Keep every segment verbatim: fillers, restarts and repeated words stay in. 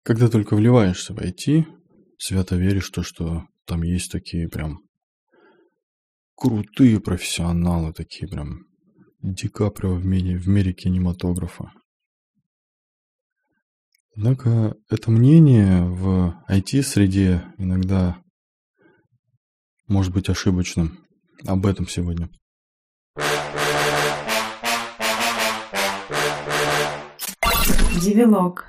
Когда только вливаешься в ай ти, свято веришь в то, что там есть такие прям крутые профессионалы, такие прям Ди Каприо в мире, в мире кинематографа. Однако это мнение в ай ти-среде иногда может быть ошибочным. Об этом сегодня. Девилог.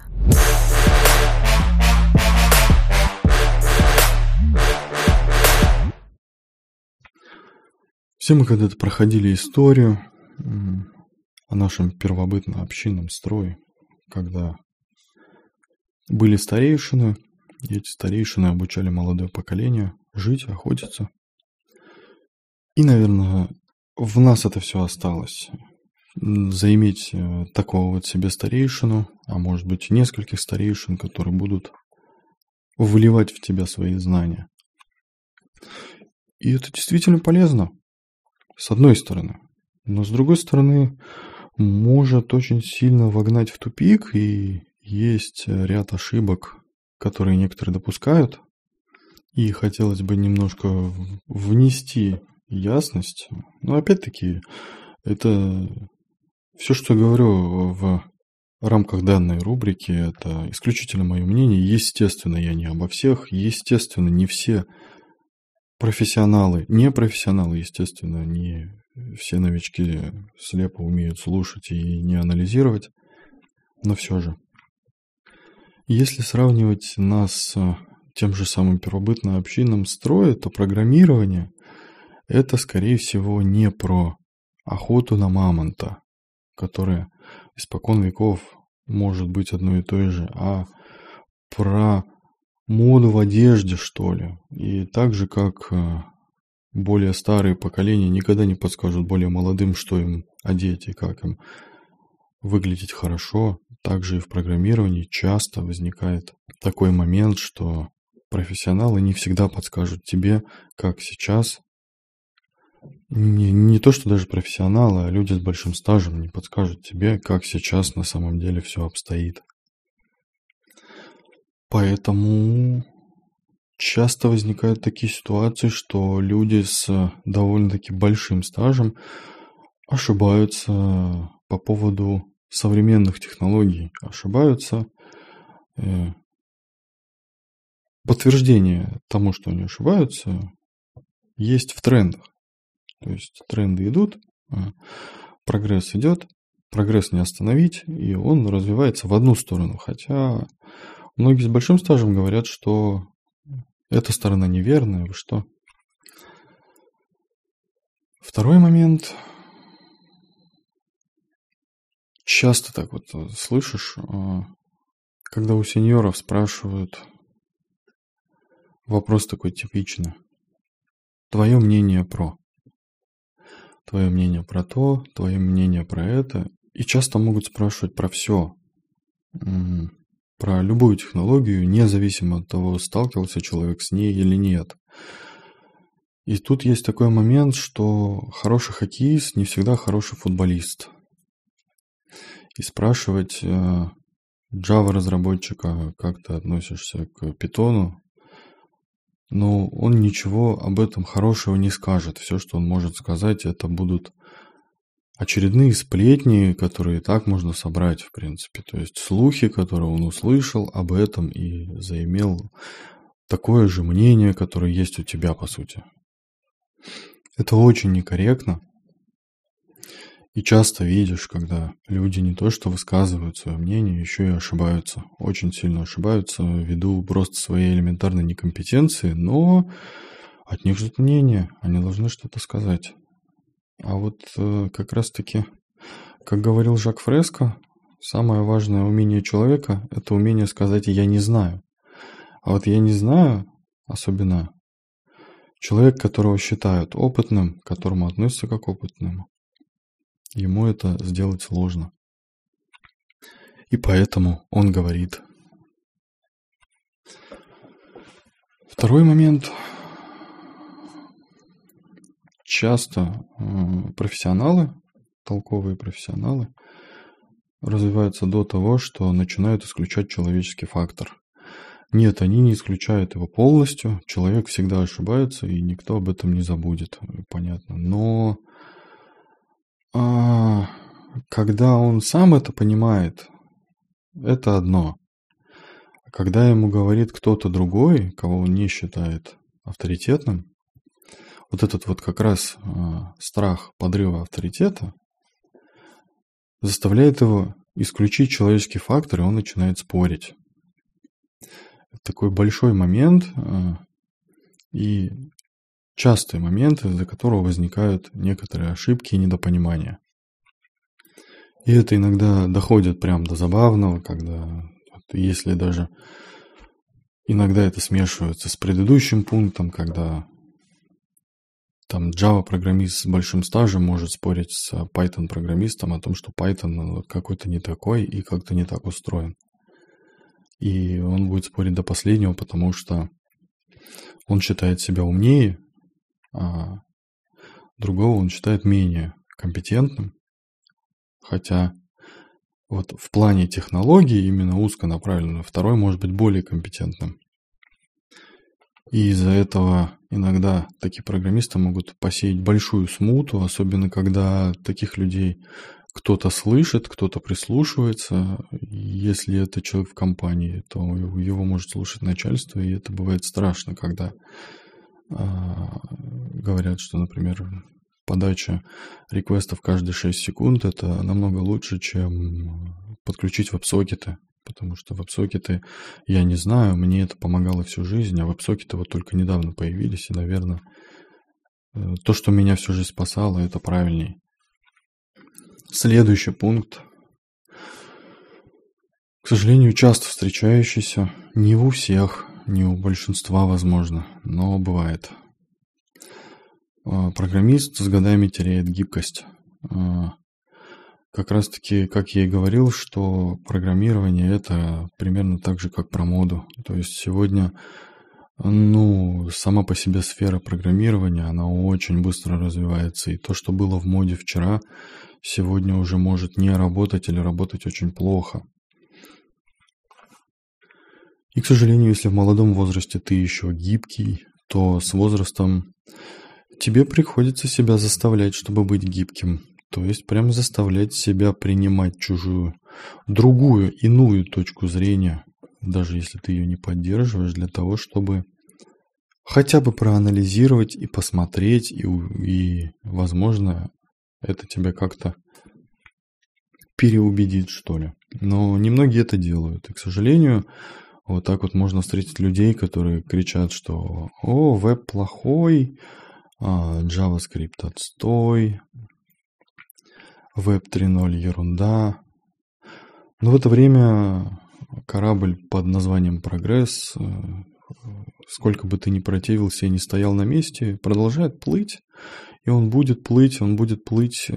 Все мы когда-то проходили историю о нашем первобытно-общинном строе, когда были старейшины, и эти старейшины обучали молодое поколение жить, охотиться. И, наверное, в нас это все осталось. Заиметь такого вот себе старейшину, а может быть нескольких старейшин, которые будут вливать в тебя свои знания. И это действительно полезно, с одной стороны. Но с другой стороны, может очень сильно вогнать в тупик, и есть ряд ошибок, которые некоторые допускают. И хотелось бы немножко внести ясность. Но опять-таки, это все, что я говорю в рамках данной рубрики, это исключительно мое мнение. Естественно, я не обо всех. Естественно, не все профессионалы, не профессионалы, естественно, не все новички слепо умеют слушать и не анализировать. Но все же. Если сравнивать нас с тем же самым первобытно-общинным строем, то программирование – это, скорее всего, не про охоту на мамонта, которая испокон веков может быть одной и той же, а про моду в одежде, что ли. И так же, как более старые поколения никогда не подскажут более молодым, что им одеть и как им выглядеть хорошо, также и в программировании часто возникает такой момент, что профессионалы не всегда подскажут тебе, как сейчас. Не, не то, что даже профессионалы, а люди с большим стажем не подскажут тебе, как сейчас на самом деле все обстоит. Поэтому часто возникают такие ситуации, что люди с довольно-таки большим стажем ошибаются по поводу современных технологий, ошибаются. Э, подтверждение тому, что они ошибаются, есть в трендах. То есть тренды идут, прогресс идет, прогресс не остановить, и он развивается в одну сторону. Хотя многие с большим стажем говорят, что эта сторона неверная, вы что? Второй момент. Часто так вот слышишь, когда у сеньоров спрашивают вопрос такой типичный. Твое мнение про. Твое мнение про то, твое мнение про это. И часто могут спрашивать про все. Про любую технологию, независимо от того, сталкивался человек с ней или нет. И тут есть такой момент, что хороший хоккеист не всегда хороший футболист. И спрашивать Java-разработчика, как ты относишься к Python, но он ничего об этом хорошего не скажет. Все, что он может сказать, это будут очередные сплетни, которые и так можно собрать, в принципе. То есть слухи, которые он услышал об этом и заимел такое же мнение, которое есть у тебя, по сути. Это очень некорректно. И часто видишь, когда люди не то что высказывают свое мнение, еще и ошибаются. Очень сильно ошибаются ввиду просто своей элементарной некомпетенции, но от них ждут мнения, они должны что-то сказать. А вот э, как раз-таки, как говорил Жак Фреско, самое важное умение человека – это умение сказать «я не знаю». А вот «я не знаю», особенно человек, которого считают опытным, к которому относятся как к опытному, ему это сделать сложно. И поэтому он говорит. Второй момент. Часто профессионалы, толковые профессионалы, развиваются до того, что начинают исключать человеческий фактор. Нет, они не исключают его полностью. Человек всегда ошибается, и никто об этом не забудет, понятно. Но а, когда он сам это понимает, это одно. А когда ему говорит кто-то другой, кого он не считает авторитетным, вот этот вот как раз а, страх подрыва авторитета заставляет его исключить человеческий фактор, и он начинает спорить. Такой большой момент а, и частый момент, из-за которого возникают некоторые ошибки и недопонимания. И это иногда доходит прям до забавного, когда вот, если даже иногда это смешивается с предыдущим пунктом, когда там Java-программист с большим стажем может спорить с Python-программистом о том, что Python какой-то не такой и как-то не так устроен. И он будет спорить до последнего, потому что он считает себя умнее, а другого он считает менее компетентным. Хотя вот в плане технологий, именно узконаправленного, второй может быть более компетентным. И из-за этого иногда такие программисты могут посеять большую смуту, особенно когда таких людей кто-то слышит, кто-то прислушивается. И если это человек в компании, то его может слушать начальство, и это бывает страшно, когда а, говорят, что, например, подача реквестов каждые шесть секунд – это намного лучше, чем подключить веб-сокеты. Потому что веб-сокеты, я не знаю, мне это помогало всю жизнь, а веб-сокеты вот только недавно появились, и, наверное, то, что меня всю жизнь спасало, это правильней. Следующий пункт, к сожалению, часто встречающийся, не у всех, не у большинства, возможно, но бывает. Программист с годами теряет гибкость. Как раз таки, как я и говорил, что программирование это примерно так же, как про моду. То есть сегодня, ну, сама по себе сфера программирования, она очень быстро развивается. И то, что было в моде вчера, сегодня уже может не работать или работать очень плохо. И, к сожалению, если в молодом возрасте ты еще гибкий, то с возрастом тебе приходится себя заставлять, чтобы быть гибким. То есть прям заставлять себя принимать чужую, другую, иную точку зрения, даже если ты ее не поддерживаешь, для того, чтобы хотя бы проанализировать и посмотреть, и, и возможно, это тебя как-то переубедит, что ли. Но немногие это делают. И, к сожалению, вот так вот можно встретить людей, которые кричат, что «О, веб плохой», JavaScript отстой, веб три ноль ерунда. Но в это время корабль под названием «Прогресс», сколько бы ты ни противился и не стоял на месте, продолжает плыть. И он будет плыть, он будет плыть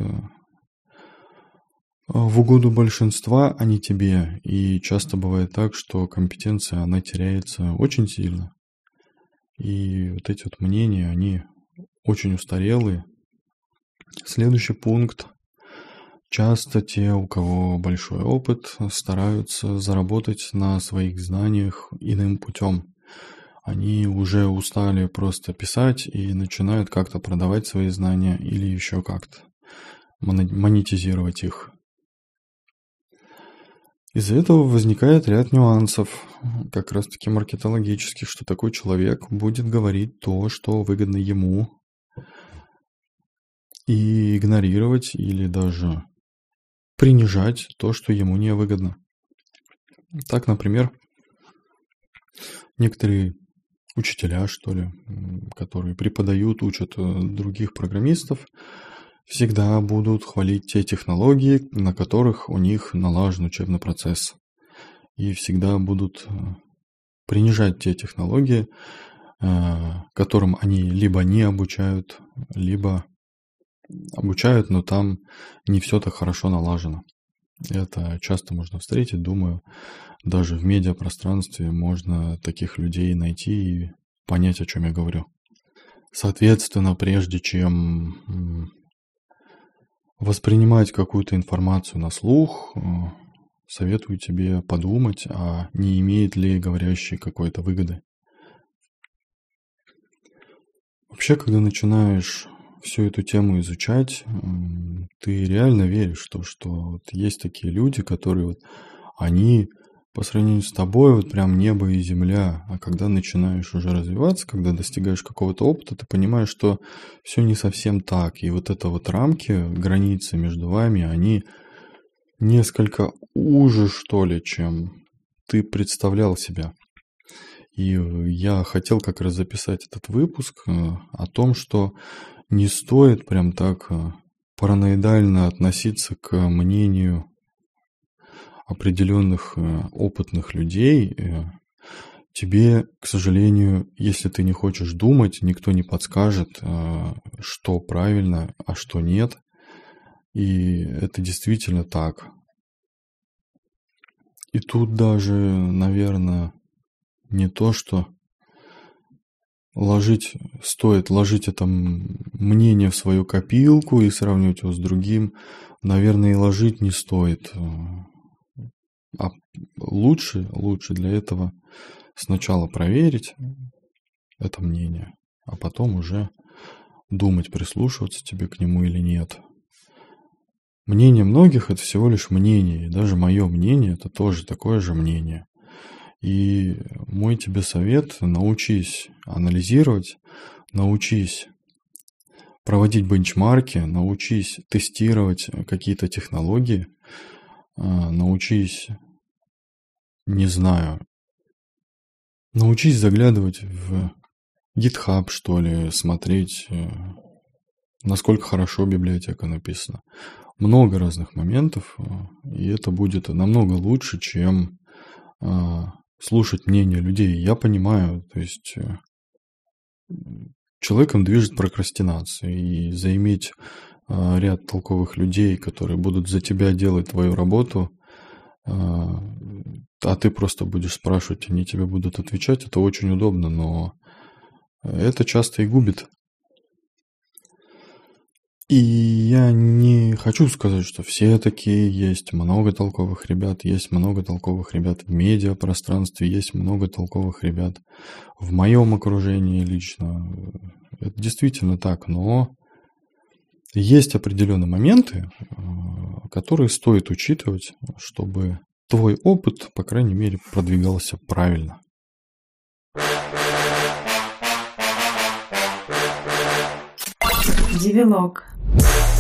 в угоду большинства, а не тебе. И часто бывает так, что компетенция, она теряется очень сильно. И вот эти вот мнения, они очень устарелые. Следующий пункт. Часто те, у кого большой опыт, стараются заработать на своих знаниях иным путем. Они уже устали просто писать и начинают как-то продавать свои знания или еще как-то монетизировать их. Из-за этого возникает ряд нюансов, как раз таки маркетологических, что такой человек будет говорить то, что выгодно ему, и игнорировать или даже принижать то, что ему не выгодно. Так, например, некоторые учителя, что ли, которые преподают, учат других программистов, всегда будут хвалить те технологии, на которых у них налажен учебный процесс. И всегда будут принижать те технологии, которым они либо не обучают, либо обучают, но там не все так хорошо налажено. Это часто можно встретить, думаю, даже в медиапространстве можно таких людей найти и понять, о чем я говорю. Соответственно, прежде чем воспринимать какую-то информацию на слух, советую тебе подумать, а не имеет ли говорящий какой-то выгоды. Вообще, когда начинаешь всю эту тему изучать, ты реально веришь в то, что вот есть такие люди, которые вот, они по сравнению с тобой вот прям небо и земля. А когда начинаешь уже развиваться, когда достигаешь какого-то опыта, ты понимаешь, что все не совсем так. И вот это вот рамки, границы между вами, они несколько уже, что ли, чем ты представлял себя. И я хотел как раз записать этот выпуск о том, что не стоит прям так параноидально относиться к мнению определенных опытных людей. Тебе, к сожалению, если ты не хочешь думать, никто не подскажет, что правильно, а что нет. И это действительно так. И тут даже, наверное, не то, что ложить, стоит ложить это мнение в свою копилку и сравнивать его с другим, наверное, и ложить не стоит. А лучше, лучше для этого сначала проверить это мнение, а потом уже думать, прислушиваться тебе к нему или нет. Мнение многих – это всего лишь мнение, и даже мое мнение – это тоже такое же мнение. И мой тебе совет – научись анализировать, научись проводить бенчмарки, научись тестировать какие-то технологии, научись, не знаю, научись заглядывать в GitHub, что ли, смотреть, насколько хорошо библиотека написана. Много разных моментов, и это будет намного лучше, чем слушать мнение людей. Я понимаю, то есть человеком движет прокрастинация, и заиметь ряд толковых людей, которые будут за тебя делать твою работу, а ты просто будешь спрашивать, они тебе будут отвечать, это очень удобно, но это часто и губит. И я не хочу сказать, что все такие, есть много толковых ребят, есть много толковых ребят в медиапространстве, есть много толковых ребят в моем окружении лично. Это действительно так, но есть определенные моменты, которые стоит учитывать, чтобы твой опыт, по крайней мере, продвигался правильно. Девилог.